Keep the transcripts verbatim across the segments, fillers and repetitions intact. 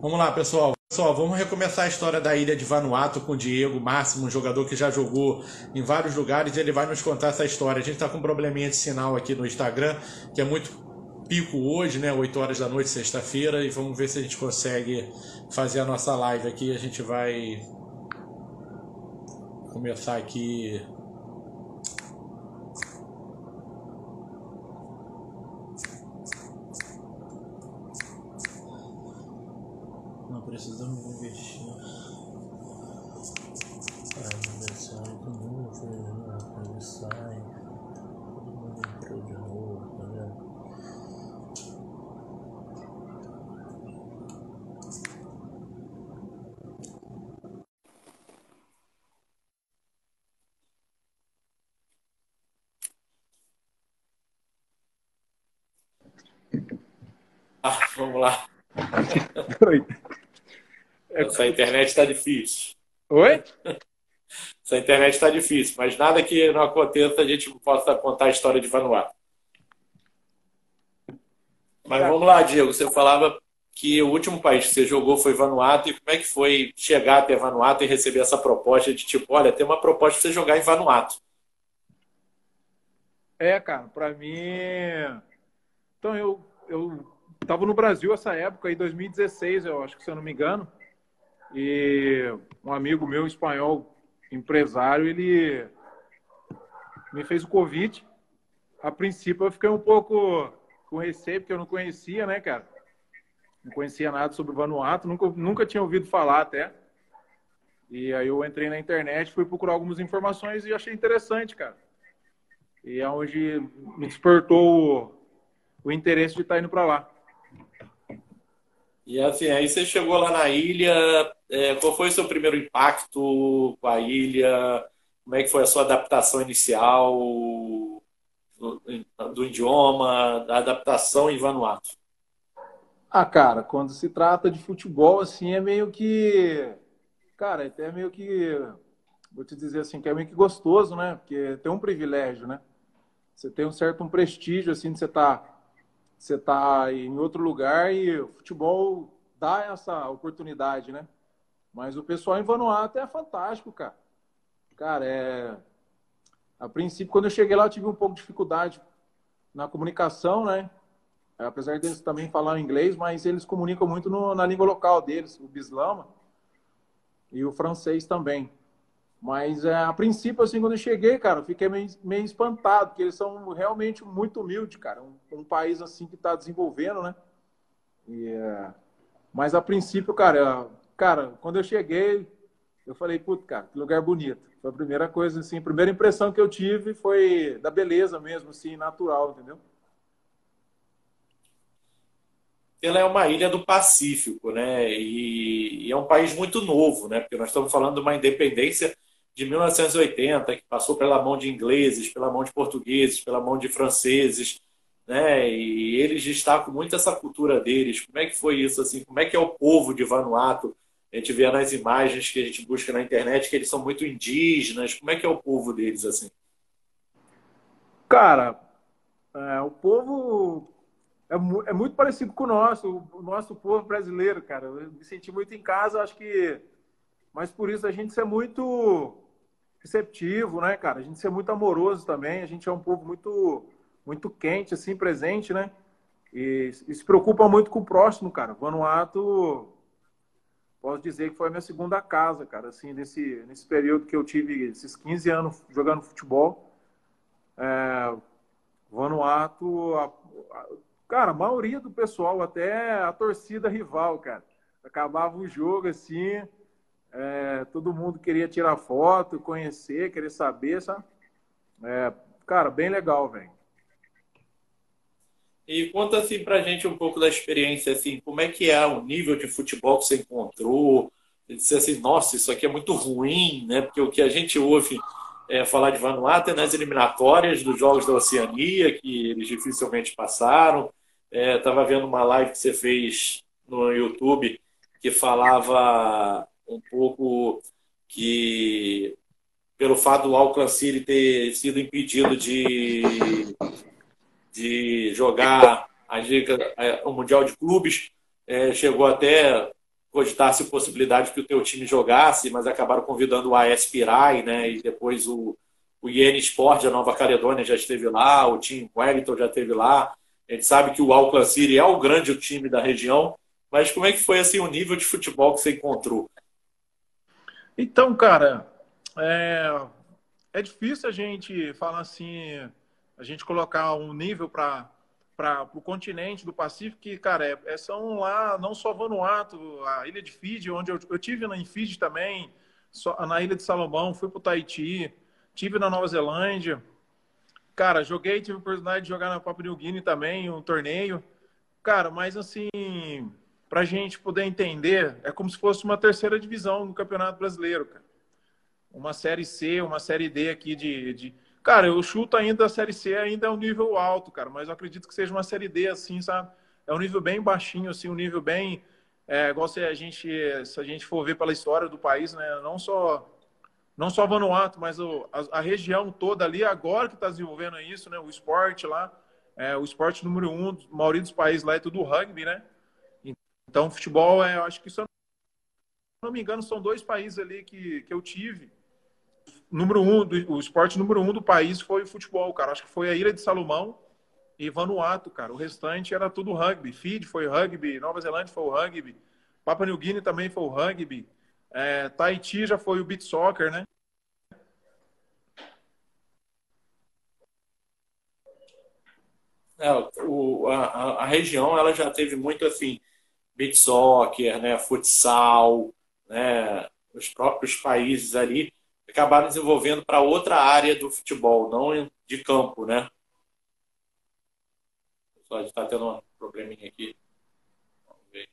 Vamos lá, pessoal. Pessoal, vamos recomeçar a história da ilha de Vanuatu com o Diego Máximo, um jogador que já jogou em vários lugares. Ele vai nos contar essa história. A gente está com um probleminha de sinal aqui no Instagram, que é muito pico hoje, né? oito horas da noite, sexta-feira. E vamos ver se a gente consegue fazer a nossa live aqui. A gente vai começar aqui. Não precisamos investir. Aniversário de novo, aniversário. Todo mundo entrou de novo, tá vendo? Ah, vamos lá. Oi. Essa internet está difícil. Oi? Essa internet está difícil, mas nada que não aconteça a gente possa contar a história de Vanuatu. Mas vamos lá, Diego. Você falava que o último país que você jogou foi Vanuatu. E como é que foi chegar até Vanuatu e receber essa proposta de tipo, olha, tem uma proposta para você jogar em Vanuatu? É, cara, pra mim. Então, eu, eu tava no Brasil essa época, em dois mil e dezesseis, eu acho que se eu não me engano. E um amigo meu, espanhol, empresário, ele me fez o convite. A princípio, eu fiquei um pouco com receio, porque eu não conhecia, né, cara? Não conhecia nada sobre o Vanuatu, nunca, nunca tinha ouvido falar até. E aí eu entrei na internet, fui procurar algumas informações e achei interessante, cara. E é onde me despertou o, o interesse de estar indo para lá. E assim, aí você chegou lá na ilha, é, qual foi o seu primeiro impacto com a ilha? Como é que foi a sua adaptação inicial do, do idioma, da adaptação em Vanuatu? Ah, cara, quando se trata de futebol, assim, é meio que... Cara, até meio que... Vou te dizer assim, que é meio que gostoso, né? Porque tem um privilégio, né? Você tem um certo um prestígio, assim, de você estar você tá em outro lugar e o futebol dá essa oportunidade, né? Mas o pessoal em Vanuatu é fantástico, cara. Cara, é... A princípio, quando eu cheguei lá, eu tive um pouco de dificuldade na comunicação, né? Apesar deles também falarem inglês, mas eles comunicam muito no, na língua local deles, o bislama e o francês também. Mas é, a princípio, assim, quando eu cheguei, cara, eu fiquei meio, meio espantado, porque eles são realmente muito humildes, cara. Um, um país, assim, que está desenvolvendo, né? E, é... Mas a princípio, cara, cara, quando eu cheguei, eu falei, putz, cara, que lugar bonito. Foi a primeira coisa, assim, a primeira impressão que eu tive foi da beleza mesmo, assim, natural, entendeu? Ela é uma ilha do Pacífico, né? E, e é um país muito novo, né? Porque nós estamos falando de uma independência de mil novecentos e oitenta, que passou pela mão de ingleses, pela mão de portugueses, pela mão de franceses, né? E eles destacam muito essa cultura deles. Como é que foi isso, assim? Como é que é o povo de Vanuatu? A gente vê nas imagens que a gente busca na internet que eles são muito indígenas. Como é que é o povo deles, assim? Cara, é, o povo é, mu é, muito parecido com o nosso, o nosso povo brasileiro, cara. Eu me senti muito em casa, acho que... Mas por isso a gente ser muito receptivo, né, cara? A gente ser muito amoroso também. A gente é um povo muito, muito quente, assim, presente, né? E, e se preocupa muito com o próximo, cara. Vanuatu, posso dizer que foi a minha segunda casa, cara, assim, nesse, nesse período que eu tive esses quinze anos jogando futebol. É, Vanuatu, a, a, cara, a maioria do pessoal, até a torcida rival, cara. Acabava o jogo assim, é, todo mundo queria tirar foto, conhecer, querer saber, sabe? É, cara, bem legal, velho. E conta assim pra gente um pouco da experiência, assim, como é que é o nível de futebol que você encontrou? Você disse assim, nossa, isso aqui é muito ruim, né? Porque o que a gente ouve é, falar de Vanuatu é nas eliminatórias dos Jogos da Oceania, que eles dificilmente passaram. Estava vendo uma live que você fez no YouTube que falava um pouco que pelo fato do Auckland City ter sido impedido de de jogar a Liga, o Mundial de Clubes, é, chegou até cogitasse a possibilidade que o teu time jogasse, mas acabaram convidando o A S Pirai, né? E depois o, o I N Sport da Nova Caledônia já esteve lá, o Team Wellington já esteve lá. A gente sabe que o Auckland City é o grande time da região, mas como é que foi assim o nível de futebol que você encontrou? Então, cara, é, é difícil a gente falar assim, a gente colocar um nível para para o continente do Pacífico, que, cara, é, é, são lá não só Vanuatu, a ilha de Fiji, onde eu, eu tive na, em Fiji também, só, na ilha de Salomão, fui para o Tahiti, tive na Nova Zelândia. Cara, joguei, tive a oportunidade de jogar na Papua New Guinea também, um torneio. Cara, mas assim, pra gente poder entender, é como se fosse uma terceira divisão no Campeonato Brasileiro, cara. Uma série C, uma série D aqui de, de... Cara, eu chuto ainda a série C, ainda é um nível alto, cara, mas eu acredito que seja uma série D, assim, sabe? É um nível bem baixinho, assim, um nível bem... É, igual se a gente, se a gente for ver pela história do país, né? Não só não só Vanuatu, mas o, a, a região toda ali, agora que está desenvolvendo isso, né? O esporte lá, é, o esporte número um, a maioria dos países lá é tudo rugby, né? Então, futebol, é, eu acho que, se eu não me engano, são dois países ali que, que eu tive. Número um, do, o esporte número um do país foi o futebol, cara. Acho que foi a Ilha de Salomão e Vanuatu, cara. O restante era tudo rugby. Fiji foi rugby, Nova Zelândia foi o rugby, Papua New Guinea também foi o rugby, é, Tahiti já foi o beach soccer, né? É, o, a, a região ela já teve muito assim, beach soccer, né, futsal, né, os próprios países ali acabaram desenvolvendo para outra área do futebol, não de campo, né? Só está tendo um probleminha aqui. Vamos ver.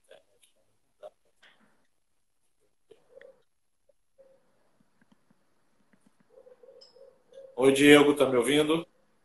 Oi, Diego, tá me ouvindo?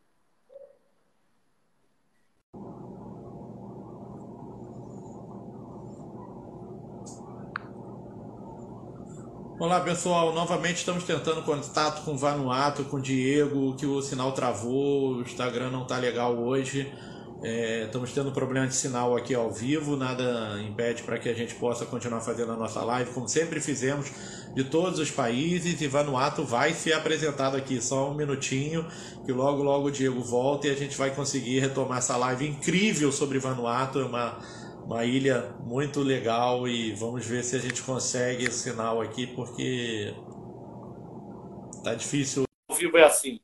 Olá pessoal, novamente estamos tentando contato com o Vanuatu, com o Diego, que o sinal travou, o Instagram não está legal hoje. É, estamos tendo problema de sinal aqui ao vivo, nada impede para que a gente possa continuar fazendo a nossa live, como sempre fizemos, de todos os países, e Vanuatu vai ser apresentado aqui, só um minutinho, que logo logo o Diego volta e a gente vai conseguir retomar essa live incrível sobre Vanuatu, é uma uma ilha muito legal e vamos ver se a gente consegue esse sinal aqui, porque tá difícil. O vivo é assim.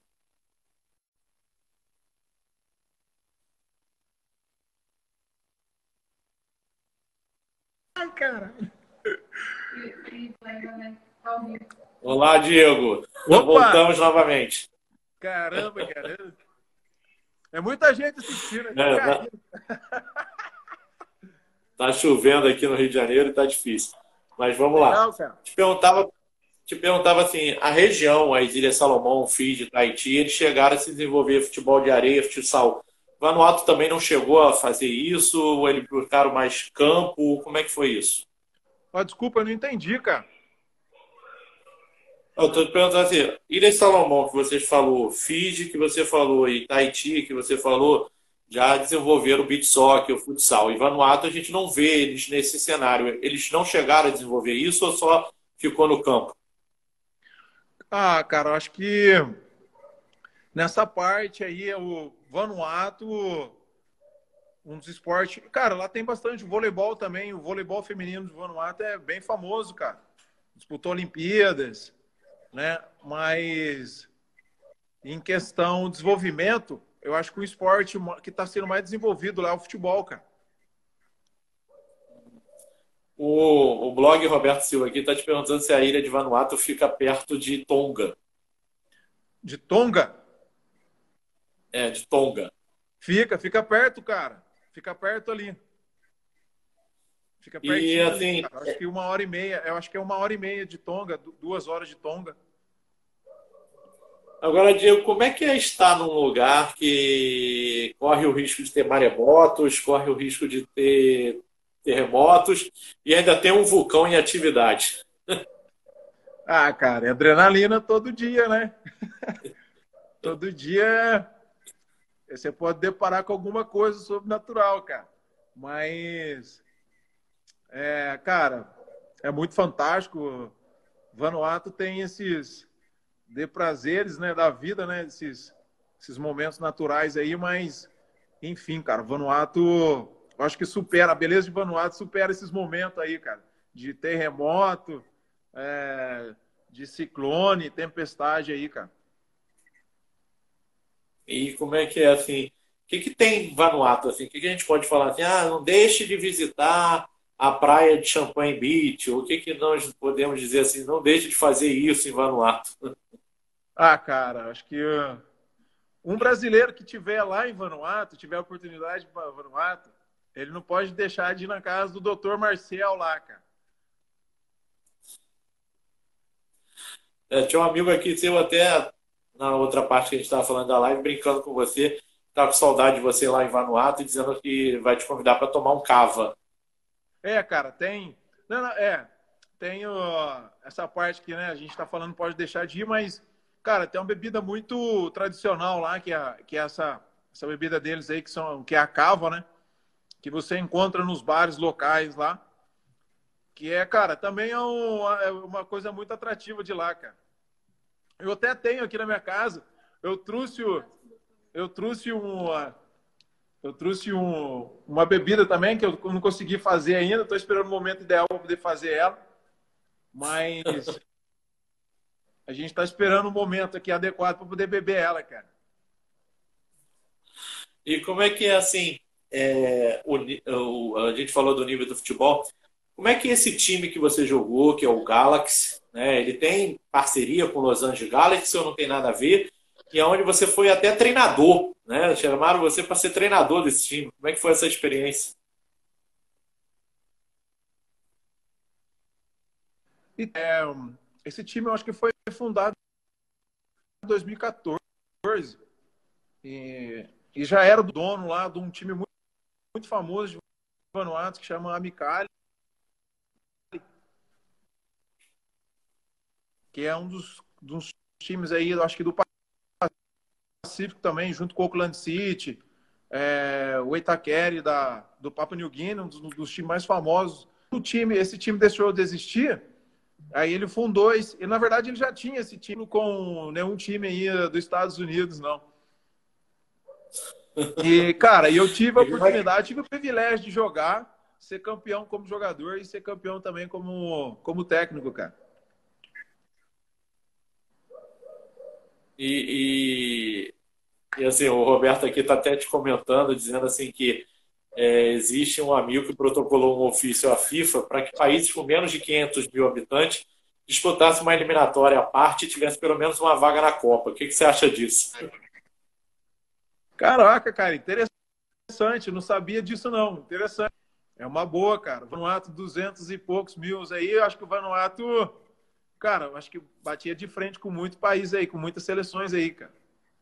Ai, cara. Olá, Diego. Opa! Voltamos novamente. Caramba, caramba. É muita gente assistindo aqui, É, cara. tá chovendo aqui no Rio de Janeiro e tá difícil. Mas vamos lá. Legal, cara. Te perguntava, te perguntava assim, a região, as Ilhas Salomão, Fiji, Tahiti, eles chegaram a se desenvolver futebol de areia, futsal. Vanuatu também não chegou a fazer isso? Ou eles buscaram mais campo? Como é que foi isso? Oh, desculpa, eu não entendi, cara. Eu estou te perguntando assim, Ilhas Salomão, que você falou, Fiji, que você falou, e Tahiti, que você falou, já desenvolveram o beach soccer, o futsal. E Vanuatu, a gente não vê eles nesse cenário. Eles não chegaram a desenvolver isso ou só ficou no campo? Ah, cara, eu acho que nessa parte aí, o Vanuatu, um dos esportes... Cara, lá tem bastante voleibol também. O voleibol feminino de Vanuatu é bem famoso, cara. Disputou Olimpíadas, né? Mas em questão de desenvolvimento, eu acho que o esporte que está sendo mais desenvolvido lá é o futebol, cara. O, o blog Roberto Silva aqui está te perguntando se a ilha de Vanuatu fica perto de Tonga. De Tonga? É, de Tonga. Fica, fica perto, cara. Fica perto ali. Fica E pertinho ali, assim, cara. Acho que uma hora e meia. Eu acho que é uma hora e meia de Tonga, duas horas de Tonga. agora, Diego, como é que é estar num lugar que corre o risco de ter maremotos, corre o risco de ter terremotos e ainda tem um vulcão em atividade? Ah, cara, é adrenalina todo dia, né? Todo dia você pode deparar com alguma coisa sobrenatural, cara. Mas, é, cara, é muito fantástico. Vanuatu tem esses de prazeres, né, da vida, né, esses, esses momentos naturais aí, mas, enfim, cara, Vanuatu, eu acho que supera, a beleza de Vanuatu supera esses momentos aí, cara, de terremoto, é, de ciclone, tempestade aí, cara. E como é que é assim? O que, que tem em Vanuatu assim? O que, que a gente pode falar assim? Ah, não deixe de visitar a praia de Champagne Beach. Ou o que, que nós podemos dizer assim? Não deixe de fazer isso em Vanuatu. Ah, cara, acho que uh, um brasileiro que tiver lá em Vanuatu, tiver a oportunidade de Vanuatu, ele não pode deixar de ir na casa do doutor Marcel lá, cara. É, tinha um amigo aqui seu até na outra parte que a gente estava falando da live, brincando com você, tá com saudade de você lá em Vanuatu e dizendo que vai te convidar para tomar um cava. É, cara, tem. Não, não, é. Tem uh, essa parte que, né, a gente tá falando pode deixar de ir, mas, cara, tem uma bebida muito tradicional lá, que é, que é essa, essa bebida deles aí, que, são, que é a cava, né? Que você encontra nos bares locais lá. Que é, cara, também é, um, é uma coisa muito atrativa de lá, cara. Eu até tenho aqui na minha casa. Eu trouxe, eu trouxe um, eu trouxe um, uma bebida também que eu não consegui fazer ainda. Estou esperando o momento ideal para poder fazer ela. Mas a gente está esperando o momento aqui adequado para poder beber ela, cara. E como é que é assim? É, o, o, a gente falou do nível do futebol. Como é que esse time que você jogou, que é o Galaxy, né, ele tem parceria com o Los Angeles Galaxy ou não tem nada a ver? E é onde você foi até treinador, né? Chamaram você para ser treinador desse time. Como é que foi essa experiência? E, é, esse time eu acho que foi fundado em dois mil e quatorze e, e já era do dono lá de um time muito, muito famoso de Vanuatu que chama Amicali, que é um dos, dos times aí, eu acho que do Pacífico também, junto com o Auckland City, é, o Itaquere da, do Papua New Guinea, um dos, dos times mais famosos. O time, esse time deixou de existir, aí ele fundou, esse, e na verdade ele já tinha esse time com nenhum time aí dos Estados Unidos, não. E, cara, eu tive a oportunidade, tive o privilégio de jogar, ser campeão como jogador e ser campeão também como, como técnico, cara. E, e, e assim, o Roberto aqui está até te comentando, dizendo assim que é, existe um amigo que protocolou um ofício à FIFA para que países com menos de quinhentos mil habitantes disputassem uma eliminatória à parte e tivesse pelo menos uma vaga na Copa. O que, que você acha disso? Caraca, cara, interessante, não sabia disso não, interessante. É uma boa, cara. Vanuatu, duzentos e poucos mil aí, eu acho que o Vanuatu, cara, eu acho que batia de frente com muito país aí, com muitas seleções aí, cara.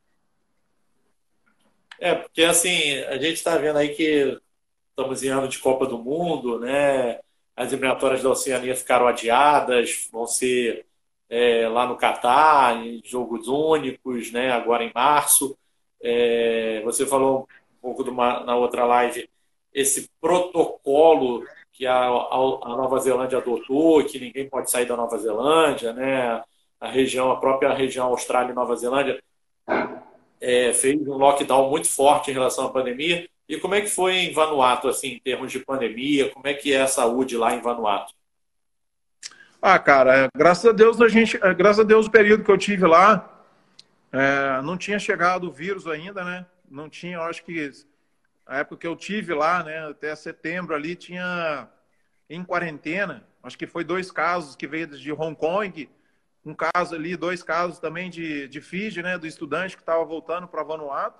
É, porque assim, a gente está vendo aí que estamos em ano de Copa do Mundo, né? As eliminatórias da Oceania ficaram adiadas, vão ser é, lá no Catar, em jogos únicos, né? Agora em março. É, você falou um pouco de uma, na outra live, esse protocolo que a, a, a Nova Zelândia adotou, que ninguém pode sair da Nova Zelândia, né? A região, a própria região Austrália e Nova Zelândia é, fez um lockdown muito forte em relação à pandemia. E como é que foi em Vanuatu, assim, em termos de pandemia? Como é que é a saúde lá em Vanuatu? Ah, cara, graças a Deus a gente, graças a Deus o período que eu tive lá, é, não tinha chegado o vírus ainda, né? Não tinha, eu acho que a época que eu tive lá, né, até setembro ali, tinha em quarentena, acho que foi dois casos que veio de Hong Kong, um caso ali, dois casos também de, de Fiji, né, do estudante que estava voltando para Vanuatu,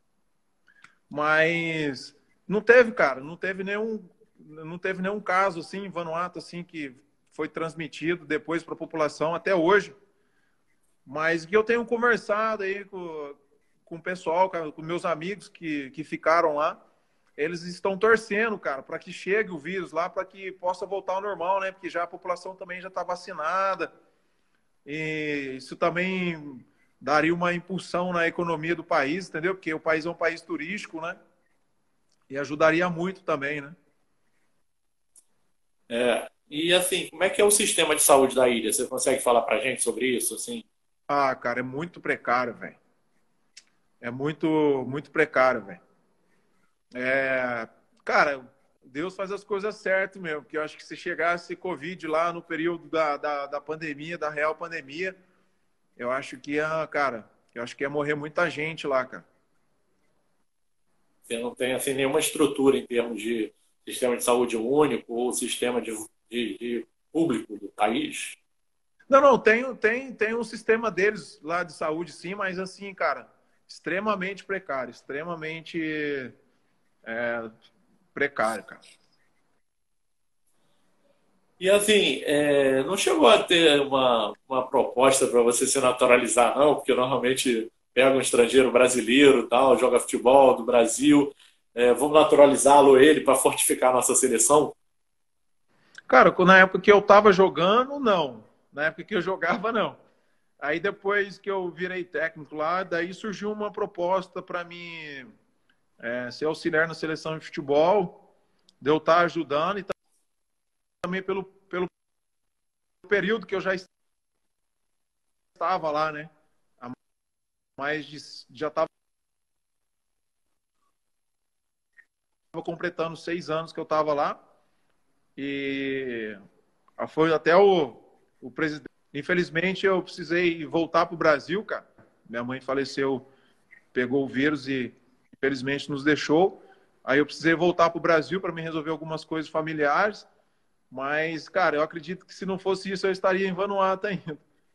mas não teve, cara, não teve nenhum, não teve nenhum caso assim em Vanuatu assim que foi transmitido depois para a população até hoje, mas que eu tenho conversado aí com, com o pessoal, com meus amigos que, que ficaram lá, eles estão torcendo, cara, para que chegue o vírus lá, para que possa voltar ao normal, né? Porque já a população também já está vacinada. E isso também daria uma impulsão na economia do país, entendeu? Porque o país é um país turístico, né? E ajudaria muito também, né? É, E assim, como é que é o sistema de saúde da ilha? Você consegue falar pra gente sobre isso, assim? Ah, cara, é muito precário, velho. É muito, muito precário, velho. É, cara, Deus faz as coisas certas mesmo, porque eu acho que se chegasse Covid lá no período da, da, da pandemia, da real pandemia, eu acho que ia, cara, eu acho que ia morrer muita gente lá, cara. Você não tem assim nenhuma estrutura em termos de sistema de saúde único ou sistema de, de, de público do país? Não, não, tem, tem, tem um sistema deles lá de saúde, sim, mas assim, cara, extremamente precário, extremamente é, precário, cara. E assim, é, não chegou a ter uma, uma proposta para você se naturalizar, não? Porque normalmente pega um estrangeiro brasileiro, tal, joga futebol do Brasil, é, vamos naturalizá-lo ele para fortificar a nossa seleção? Cara, na época que eu tava jogando, não. Na época que eu jogava, não. Aí depois que eu virei técnico lá, daí surgiu uma proposta para mim é, ser auxiliar na seleção de futebol, de eu estar ajudando e também pelo, pelo período que eu já estava lá, né? Há mais de, já estava completando seis anos que eu estava lá e foi até o, o presidente. Infelizmente eu precisei voltar para o Brasil, cara. Minha mãe faleceu, pegou o vírus e infelizmente nos deixou. Aí eu precisei voltar para o Brasil para me resolver algumas coisas familiares. Mas, cara, eu acredito que se não fosse isso, eu estaria em Vanuatu ainda.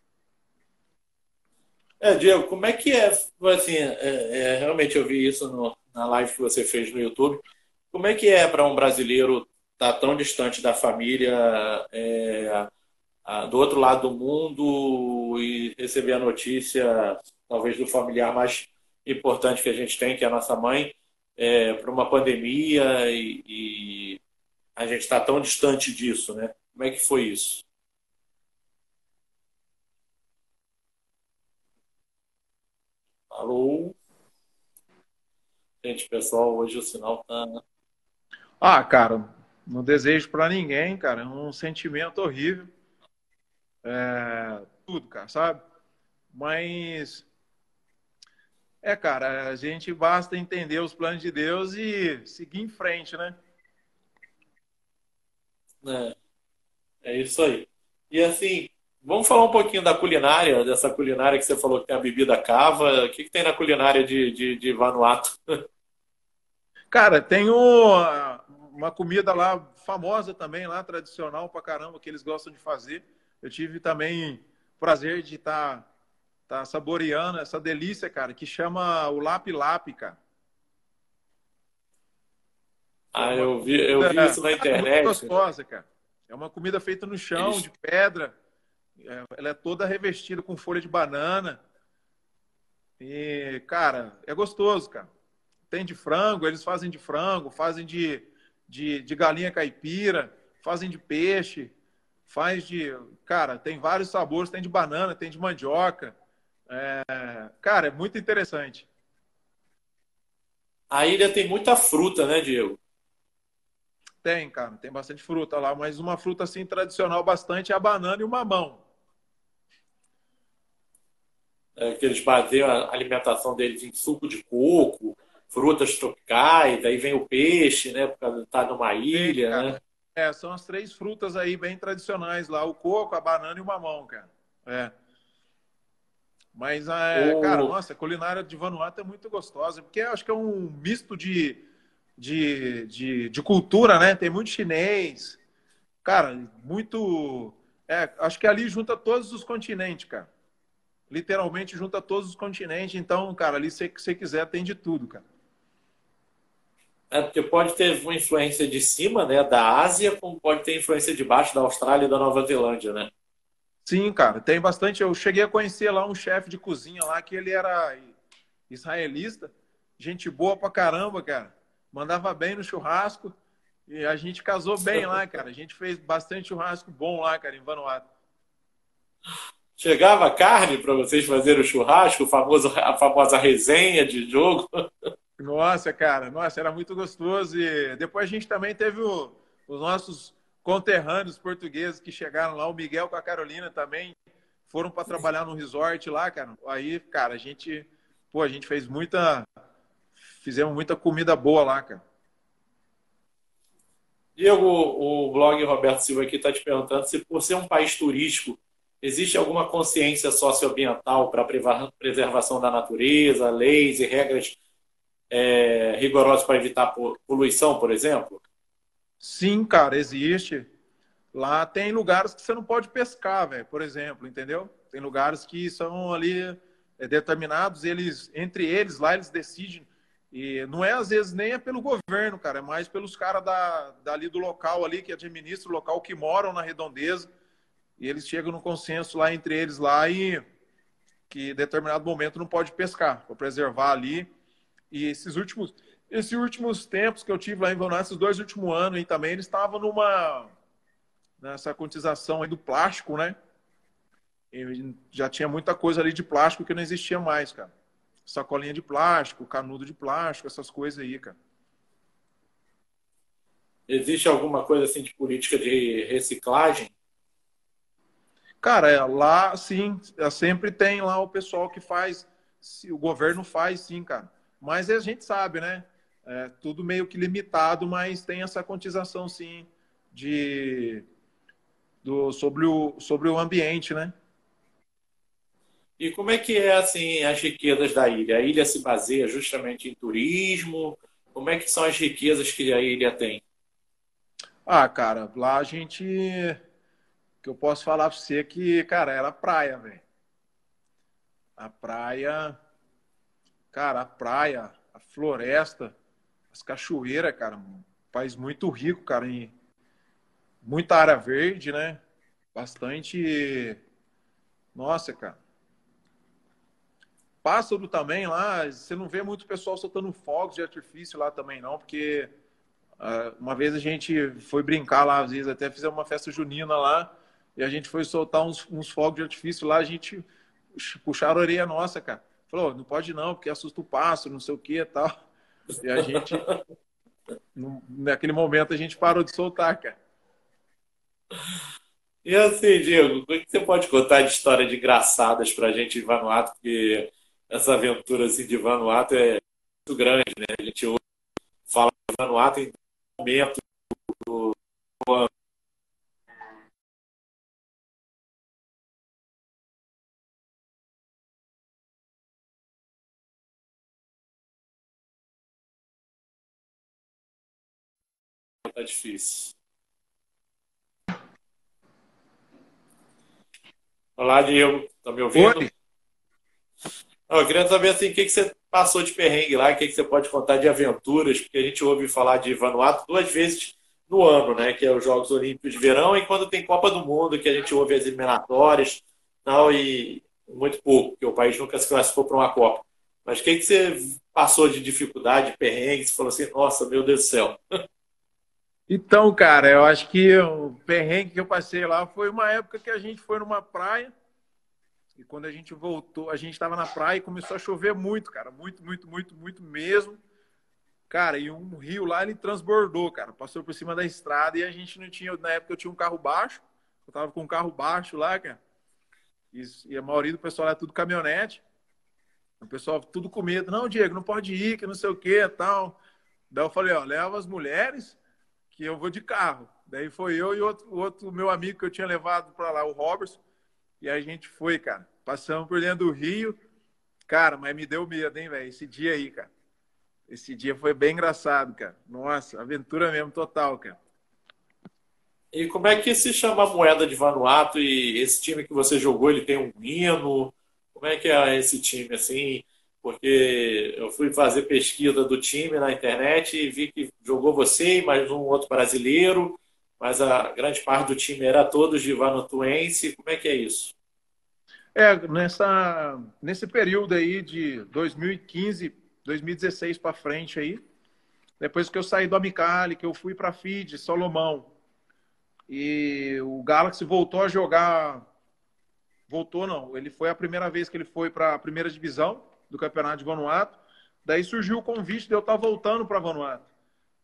É, Diego, como é que é? Assim, é, é, realmente eu vi isso no- na live que você fez no YouTube. Como é que é para um brasileiro estar tão distante da família, é, a- do outro lado do mundo e receber a notícia, talvez do familiar mais importante que a gente tem, que é a nossa mãe, é, para uma pandemia e, e a gente está tão distante disso, né? Como é que foi isso? Alô? Gente, pessoal, hoje o sinal tá. Ah, cara, não desejo para ninguém, cara. É um sentimento horrível. É, tudo, cara, sabe? Mas, é, cara, a gente basta entender os planos de Deus e seguir em frente, né? É, é isso aí. E assim, vamos falar um pouquinho da culinária, dessa culinária que você falou que tem a bebida cava. O que, que tem na culinária de, de, de Vanuatu? Cara, tem o- uma comida lá famosa também, lá tradicional pra caramba, que eles gostam de fazer. Eu tive também o prazer de estar tá, tá saboreando essa delícia, cara, que chama o lapi-lapi, cara. É Ah, uma eu vi, eu comida, vi isso na cara, muito internet. gostosa, cara. É uma comida feita no chão, de Eles, pedra. É, ela é toda revestida com folha de banana. E, cara, é gostoso, cara. Tem de frango, eles fazem de frango, fazem de, de, de galinha caipira, fazem de peixe, faz de. Cara, tem vários sabores, tem de banana, tem de mandioca. É, cara, é muito interessante. a ilha tem muita fruta, né, Diego? Tem, cara, tem bastante fruta lá, mas uma fruta assim tradicional bastante é a banana e o mamão. É, que eles baseiam a alimentação deles em suco de coco, frutas tropicais, aí vem o peixe, né, por causa de estar numa Tem, ilha, cara. né? É, são as três frutas aí bem tradicionais lá: o coco, a banana e o mamão, cara. É. Mas, é, cara, O, nossa, a culinária de Vanuatu é muito gostosa, porque eu acho que é um misto de, de, de, de cultura, né? Tem muito chinês, cara, muito. É, acho que ali junta todos os continentes, cara. Literalmente junta todos os continentes. Então, cara, ali se você quiser, tem de tudo, cara. é porque pode ter uma influência de cima, né, da Ásia, como pode ter influência de baixo da Austrália e da Nova Zelândia, né? Sim, cara, tem bastante. Eu cheguei a conhecer lá um chefe de cozinha lá que ele era israelita, gente boa pra caramba, cara. Mandava bem no churrasco e a gente casou bem lá, cara. A gente fez bastante churrasco bom lá, cara, em Vanuatu. Chegava carne para vocês fazerem o churrasco, o famoso, a famosa resenha de jogo. Nossa, cara, nossa, era muito gostoso. E depois a gente também teve o- os nossos conterrâneos portugueses que chegaram lá, o Miguel com a Carolina também, foram para trabalhar no resort lá, cara. Aí, cara, a gente, pô, a gente fez muita, fizemos muita comida boa lá, cara. Diego, o blog Roberto Silva aqui está te perguntando se, por ser um país turístico, existe alguma consciência socioambiental para a preservação da natureza, leis e regras é, rigorosas para evitar poluição, por exemplo? Sim, cara, existe. Lá tem lugares que você não pode pescar, velho, por exemplo, entendeu? Tem lugares que são ali é, determinados, eles, entre eles, lá eles decidem. E não é, às vezes, nem é pelo governo, cara, é mais pelos caras da, dali do local ali, que administram o local, que moram na redondeza, e eles chegam no consenso lá entre eles lá e que em determinado momento não pode pescar, para preservar ali. E esses últimos, esses últimos tempos que eu tive lá em Vanuatu, esses dois últimos anos aí também, eles estavam numa nessa quantização aí do plástico, né? E já tinha muita coisa ali de plástico que não existia mais, cara. Sacolinha de plástico, canudo de plástico, essas coisas aí, cara. Existe alguma coisa assim de política de reciclagem? Cara, é, lá sim, é, sempre tem lá o pessoal que faz, o governo faz sim, cara. Mas a gente sabe, né? É tudo meio que limitado, mas tem essa quantização sim de do, sobre, o, sobre o ambiente, né? E como é que é assim as riquezas da ilha? A ilha se baseia justamente em turismo? Como é que são as riquezas que a ilha tem? Ah, cara, lá a gente. Que eu posso falar pra você que, cara, era praia, velho. A praia. Cara, a praia, a floresta, as cachoeiras, cara. Um país muito rico, cara, em muita área verde, né? Bastante. Nossa, cara. Pássaro também lá, você não vê muito pessoal soltando fogos de artifício lá também, não, porque uh, uma vez a gente foi brincar lá, às vezes até fizemos uma festa junina lá, e a gente foi soltar uns, uns fogos de artifício lá, a gente puxaram a orelha nossa, cara. Falou, não pode não, porque assusta o pássaro, não sei o que e tal. E a gente, naquele momento, a gente parou de soltar, cara. E assim, Diego, o que você pode contar de história de engraçadas pra gente em Vanuatu? Porque essa aventura assim, de Vanuatu é muito grande, né? A gente fala de Vanuatu em momento do ano. Tá difícil. Olá, Diego. Tá me ouvindo? Oi? Não, eu queria saber assim, o que que você passou de perrengue lá, o que que você pode contar de aventuras, porque a gente ouve falar de Vanuatu duas vezes no ano, né? Que é os Jogos Olímpicos de Verão e quando tem Copa do Mundo, que a gente ouve as eliminatórias, tal, e muito pouco, porque o país nunca se classificou para uma Copa. Mas o que que você passou de dificuldade, perrengue, você falou assim, nossa, meu Deus do céu. Então, cara, eu acho que o perrengue que eu passei lá foi uma época que a gente foi numa praia. E quando a gente voltou, a gente estava na praia e começou a chover muito, cara. Muito, muito, muito, muito mesmo. Cara, e um rio lá, ele transbordou, cara. Passou por cima da estrada e a gente não tinha. Na época eu tinha um carro baixo. Eu tava com um carro baixo lá, cara. E, e a maioria do pessoal é tudo caminhonete. O pessoal tudo com medo. Não, Diego, não pode ir, que não sei o que tal. Daí eu falei, ó, leva as mulheres que eu vou de carro. Daí foi eu e outro, outro meu amigo que eu tinha levado para lá, o Robertson. E a gente foi, cara. Passamos por dentro do rio. Cara, mas me deu medo, hein, velho? Esse dia aí, cara. Esse dia foi bem engraçado, cara. Nossa, aventura mesmo total, cara. E como é que se chama a moeda de Vanuatu e esse time que você jogou, ele tem um hino? Como é que é esse time, assim? Porque eu fui fazer pesquisa do time na internet e vi que jogou você e mais um outro brasileiro, mas a grande parte do time era todos de vanuatuense. Como é que é isso? É, nessa, nesse período aí de dois mil e quinze, dois mil e dezesseis para frente aí, depois que eu saí do Amicali, que eu fui para a F I D, Solomão, e o Galaxy voltou a jogar, voltou não, ele foi a primeira vez que ele foi para a primeira divisão do Campeonato de Vanuatu, daí surgiu o convite de eu estar voltando para Vanuatu.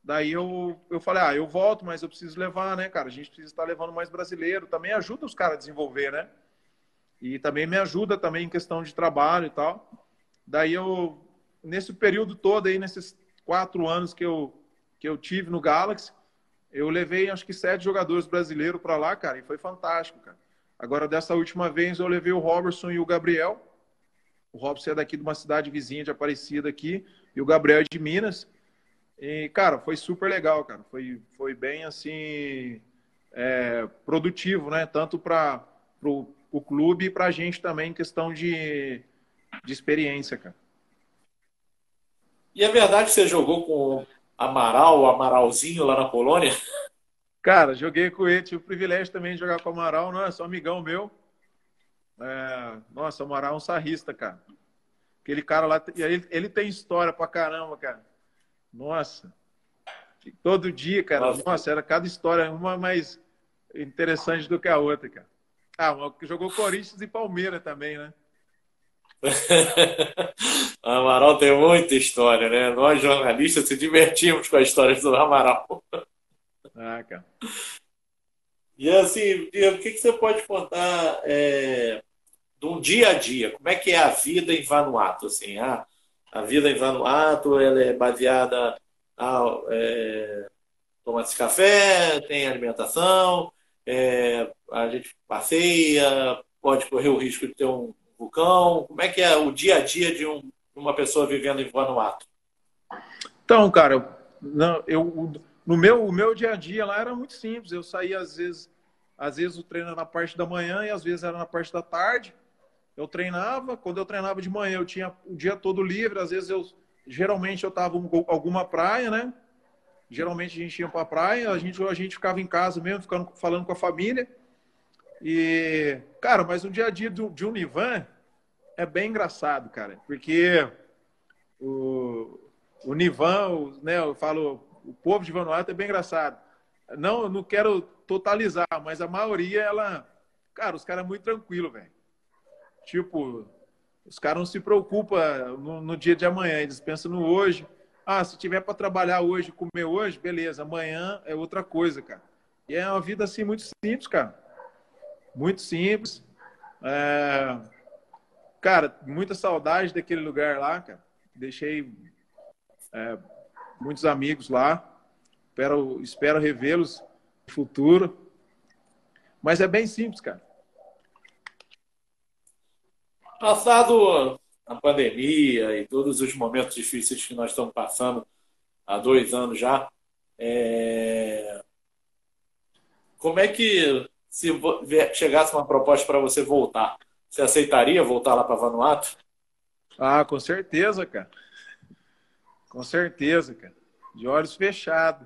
Daí eu, eu falei, ah, eu volto, mas eu preciso levar, né, cara? A gente precisa estar levando mais brasileiro. Também ajuda os caras a desenvolver, né? E também me ajuda também em questão de trabalho e tal. Daí eu, nesse período todo aí, nesses quatro anos que eu, que eu tive no Galaxy, eu levei acho que sete jogadores brasileiros para lá, cara, e foi fantástico, cara. Agora, dessa última vez, eu levei o Robertson e o Gabriel. O Robson é daqui de uma cidade vizinha de Aparecida aqui, e o Gabriel é de Minas. E, cara, foi super legal, cara. Foi, foi bem, assim, é, produtivo, né? Tanto para o clube e para a gente também, em questão de, de experiência, cara. E é verdade que você jogou com Amaral, o Amaralzinho lá na Polônia? Cara, joguei com ele, tive o privilégio também de jogar com o Amaral, não é só amigão meu. É, nossa, o Amaral é um sarrista, cara. Aquele cara lá, ele, ele tem história pra caramba, cara. Nossa, todo dia, cara. Nossa. Nossa, era cada história uma mais interessante do que a outra, cara. Ah, jogou Corinthians e Palmeiras também, né? Amaral tem muita história, né? Nós jornalistas se divertimos com as histórias do Amaral. Ah, cara. E assim, Diego, o que que você pode contar é, de um dia a dia? Como é que é a vida em Vanuatu? Assim, a, a vida em Vanuatu ela é baseada a é, tomar-se café, tem alimentação, é, a gente passeia, pode correr o risco de ter um vulcão. Como é que é o dia a dia de um, uma pessoa vivendo em Vanuatu? Então, cara, eu, não, eu, no meu, o meu dia a dia lá era muito simples. Eu saía às vezes, às vezes o treino era na parte da manhã e às vezes era na parte da tarde. Eu treinava, quando eu treinava de manhã, eu tinha o dia todo livre. Às vezes eu, geralmente eu estava em alguma praia, né? Geralmente a gente ia para a praia, a gente, a gente ficava em casa mesmo, ficando, falando com a família. E, cara, mas o dia a dia do, de um Nivan é bem engraçado, cara, porque o, o Nivan, o, né, eu falo, o povo de Vanuatu é bem engraçado. Não, eu não quero totalizar, mas a maioria, ela, cara, os caras é muito tranquilo, velho. Tipo, os caras não se preocupam no, no dia de amanhã, eles pensam no hoje. Ah, se tiver para trabalhar hoje, comer hoje, beleza. Amanhã é outra coisa, cara. E é uma vida assim muito simples, cara. Muito simples. É... Cara, muita saudade daquele lugar lá, cara. Deixei é, muitos amigos lá. Espero, espero revê-los no futuro. Mas é bem simples, cara. Passado a pandemia e todos os momentos difíceis que nós estamos passando há dois anos já, é, como é que, se chegasse uma proposta para você voltar, você aceitaria voltar lá para Vanuatu? Ah, com certeza, cara. Com certeza, cara. De olhos fechados.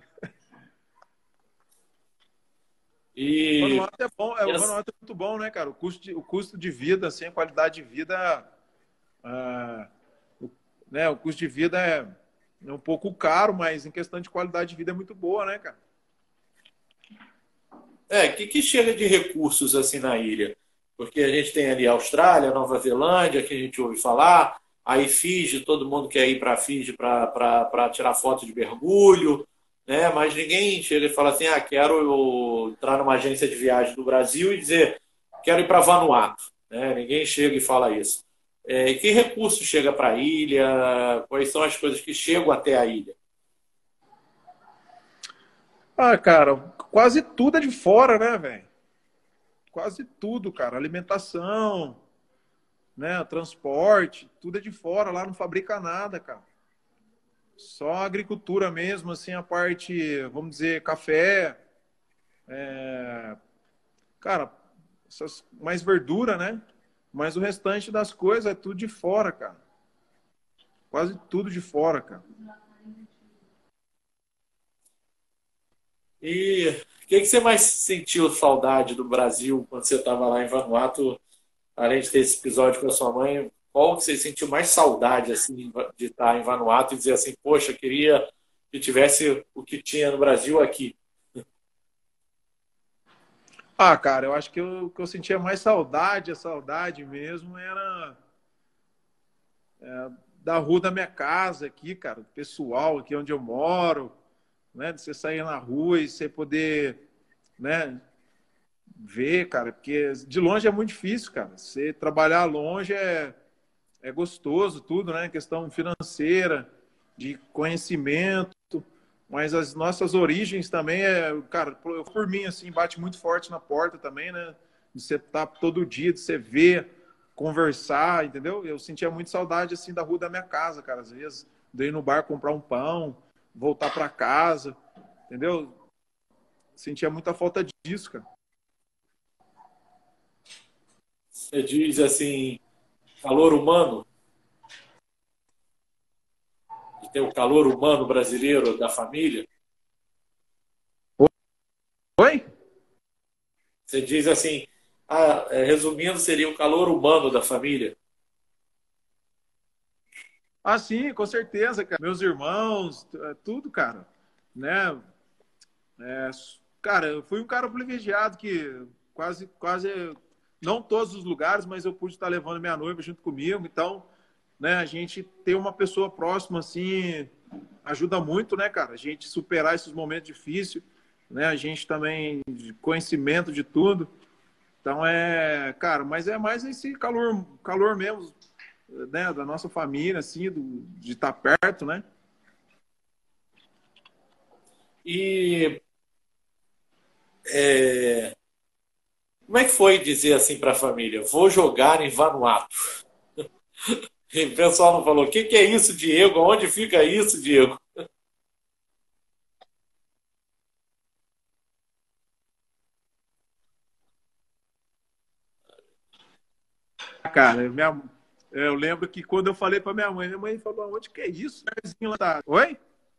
O E, Vanuatu é bom, é, e o as- Vanuatu é muito bom, né, cara? O custo de, o custo de vida, assim, a qualidade de vida, ah, o, né, o custo de vida é, é um pouco caro, mas em questão de qualidade de vida é muito boa, né, cara? é, que, que chega de recursos assim na ilha? Porque a gente tem ali a Austrália, Nova Zelândia, que a gente ouve falar, aí Fiji, todo mundo quer ir para Fiji para tirar foto de mergulho, né? Mas ninguém chega e fala assim, ah, quero eu entrar numa agência de viagem do Brasil e dizer, quero ir para Vanuatu, né? Ninguém chega e fala isso. É, e que recurso chega para a ilha? Quais são as coisas que chegam até a ilha? Ah, cara, quase tudo é de fora, né, velho? Quase tudo, cara. Alimentação, né, transporte, tudo é de fora. Lá não fabrica nada, cara. Só a agricultura mesmo, assim, a parte, vamos dizer, café, é, cara, essas, mais verdura, né? Mas o restante das coisas é tudo de fora, cara. Quase tudo de fora, cara. E o que, que você mais sentiu saudade do Brasil quando você estava lá em Vanuatu, além de ter esse episódio com a sua mãe? Qual que você sentiu mais saudade assim, de estar em Vanuatu e dizer assim, poxa, queria que tivesse o que tinha no Brasil aqui? Ah, cara, eu acho que o que eu sentia mais saudade, a saudade mesmo, era da rua da minha casa aqui, cara, do pessoal aqui onde eu moro, né? De você sair na rua e você poder, né, ver, cara, porque de longe é muito difícil, cara. Você trabalhar longe é, é gostoso, tudo, né? Questão financeira, de conhecimento, mas as nossas origens também é, cara, por, por mim, assim, bate muito forte na porta também, né? De você estar todo dia, de você ver, conversar, entendeu? Eu sentia muito saudade, assim, da rua da minha casa, cara. Às vezes, de ir no bar comprar um pão, voltar para casa, entendeu? Sentia muita falta disso, cara. Você diz assim, calor humano, de ter o calor humano brasileiro da família. Oi? Você diz assim, ah, é, resumindo, seria o calor humano da família. Ah, sim, com certeza, cara. Meus irmãos, é, tudo, cara, né? É, cara, eu fui um cara privilegiado que quase, quase, não todos os lugares, mas eu pude estar levando minha noiva junto comigo. Então, né, a gente ter uma pessoa próxima, assim, ajuda muito, né, cara? A gente superar esses momentos difíceis, né? A gente também, de conhecimento de tudo. Então, é, cara, mas é mais esse calor, calor mesmo, né, da nossa família, assim, do, de estar perto, né? E é, como é que foi dizer assim para a família, vou jogar em Vanuatu? E o pessoal não falou, o que, que é isso, Diego? Onde fica isso, Diego? Cara, eu, minha, eu lembro que quando eu falei para minha mãe, minha mãe falou, onde que é isso? Lá tá. Oi?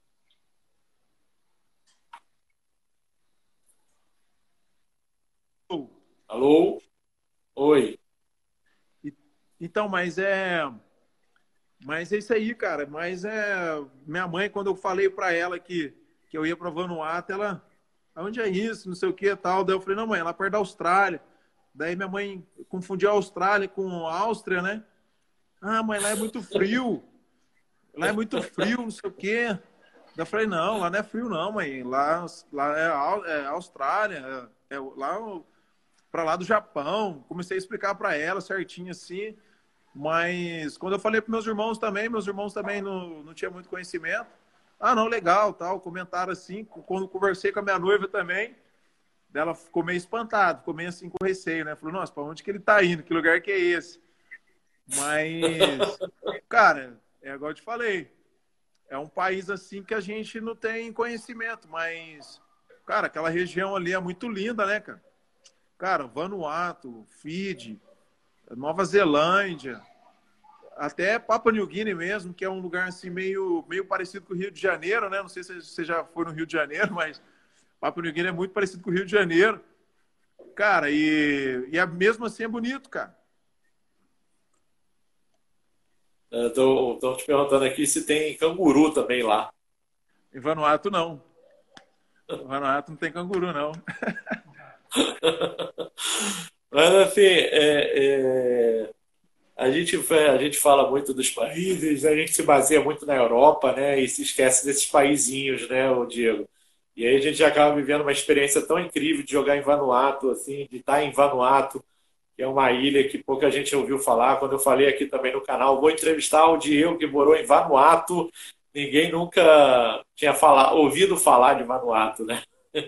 Alô? Oi. Então, mas é, mas é isso aí, cara. Mas é minha mãe, quando eu falei para ela que, que eu ia para Vanuatu, ela, onde é isso? Não sei o que, tal. Daí eu falei, não, mãe, é lá perto da Austrália. Daí minha mãe confundiu a Austrália com a Áustria, né? Ah, mas lá é muito frio. Lá é muito frio, não sei o quê. Daí eu falei, não, lá não é frio, não, mãe. Lá, lá é, é Austrália, é, é lá para lá do Japão. Comecei a explicar para ela certinho assim. Mas quando eu falei para meus irmãos também, meus irmãos também não, não tinham muito conhecimento. Ah, não, legal, tal. Comentaram assim. Quando conversei com a minha noiva também, ela ficou meio espantada, ficou meio assim com receio, né? Falou, nossa, para onde que ele tá indo? Que lugar que é esse? Mas, cara, é igual eu te falei. É um país assim que a gente não tem conhecimento, mas, cara, aquela região ali é muito linda, né, cara? Cara, Vanuatu, Fiji, Nova Zelândia, até Papua New Guiné mesmo, que é um lugar assim meio, meio parecido com o Rio de Janeiro, né? Não sei se você já foi no Rio de Janeiro, mas Papua New Guiné é muito parecido com o Rio de Janeiro. Cara, e, e é, mesmo assim é bonito, cara. Estão te perguntando aqui se tem canguru também lá. Em Vanuatu, não. Em Vanuatu não tem canguru, não. Mas assim, é, é, a gente, a gente fala muito dos países, a gente se baseia muito na Europa, né? E se esquece desses paizinhos, né, o Diego? E aí a gente acaba vivendo uma experiência tão incrível de jogar em Vanuatu, assim, de estar em Vanuatu, que é uma ilha que pouca gente ouviu falar. Quando eu falei aqui também no canal, vou entrevistar o Diego que morou em Vanuatu. Ninguém nunca tinha falar, ouvido falar de Vanuatu, né?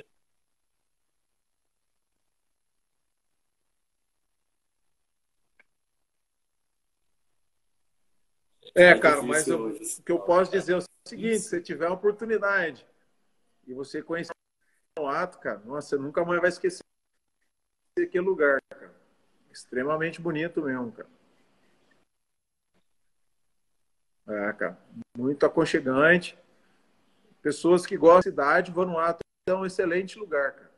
É, É cara, mas eu- difícil. o que eu posso dizer é o seguinte: se você tiver a oportunidade e você conhecer Vanuatu, cara, nossa, você nunca mais vai esquecer aquele lugar, cara. Extremamente bonito mesmo, cara. É, cara, muito aconchegante. Pessoas que gostam da cidade, Vanuatu é um excelente lugar, cara.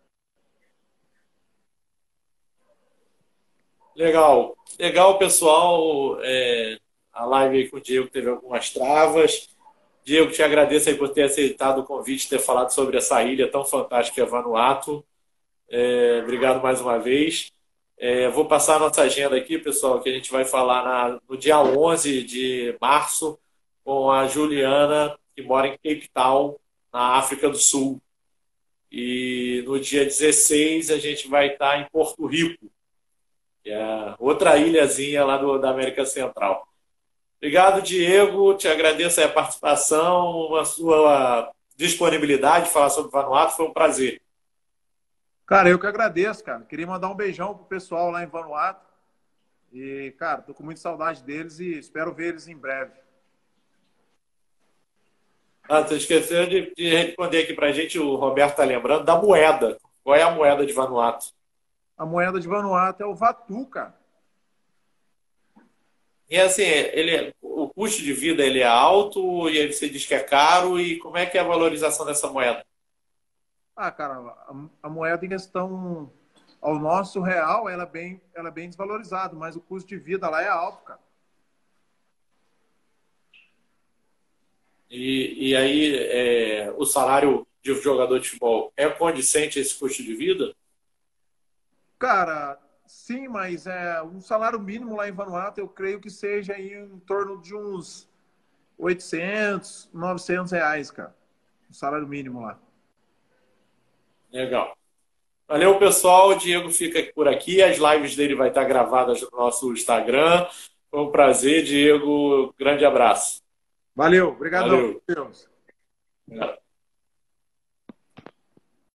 Legal. Legal, pessoal. É, a live aí com o Diego teve algumas travas. Diego, te agradeço aí por ter aceitado o convite, ter falado sobre essa ilha tão fantástica que é Vanuatu. É, obrigado mais uma vez. É, vou passar a nossa agenda aqui, pessoal, que a gente vai falar na- no dia onze de março com a Juliana, que mora em Cape Town. na África do Sul. E no dia dezesseis a gente vai estar em Porto Rico, que é outra ilhazinha lá do, da América Central. Obrigado, Diego. Te agradeço a participação, a sua disponibilidade de falar sobre Vanuatu. Foi um prazer. Cara, eu que agradeço, cara. Queria mandar um beijão pro pessoal lá em Vanuatu. E, cara, tô com muita saudade deles e espero ver eles em breve. Ah, tu esqueceu de, de responder aqui pra gente, o Roberto está lembrando, da moeda. Qual é a moeda de Vanuatu? A moeda de Vanuatu é o Vatu, cara. E assim, ele, o custo de vida ele é alto e aí você diz que é caro. E como é que é a valorização dessa moeda? Ah, cara, a, a moeda em questão ao nosso real, ela é bem, ela é bem desvalorizada, mas o custo de vida lá é alto, cara. E, e aí, é, o salário de um jogador de futebol é condizente a esse custo de vida? Cara, sim, mas é um salário mínimo lá em Vanuatu, eu creio que seja aí em torno de uns oitocentos, novecentos reais, cara. O salário mínimo lá. Legal. Valeu, pessoal. O Diego fica por aqui. As lives dele vai estar gravadas no nosso Instagram. Foi um prazer, Diego. Grande abraço. Valeu, obrigadão. Valeu. Deus. Obrigado.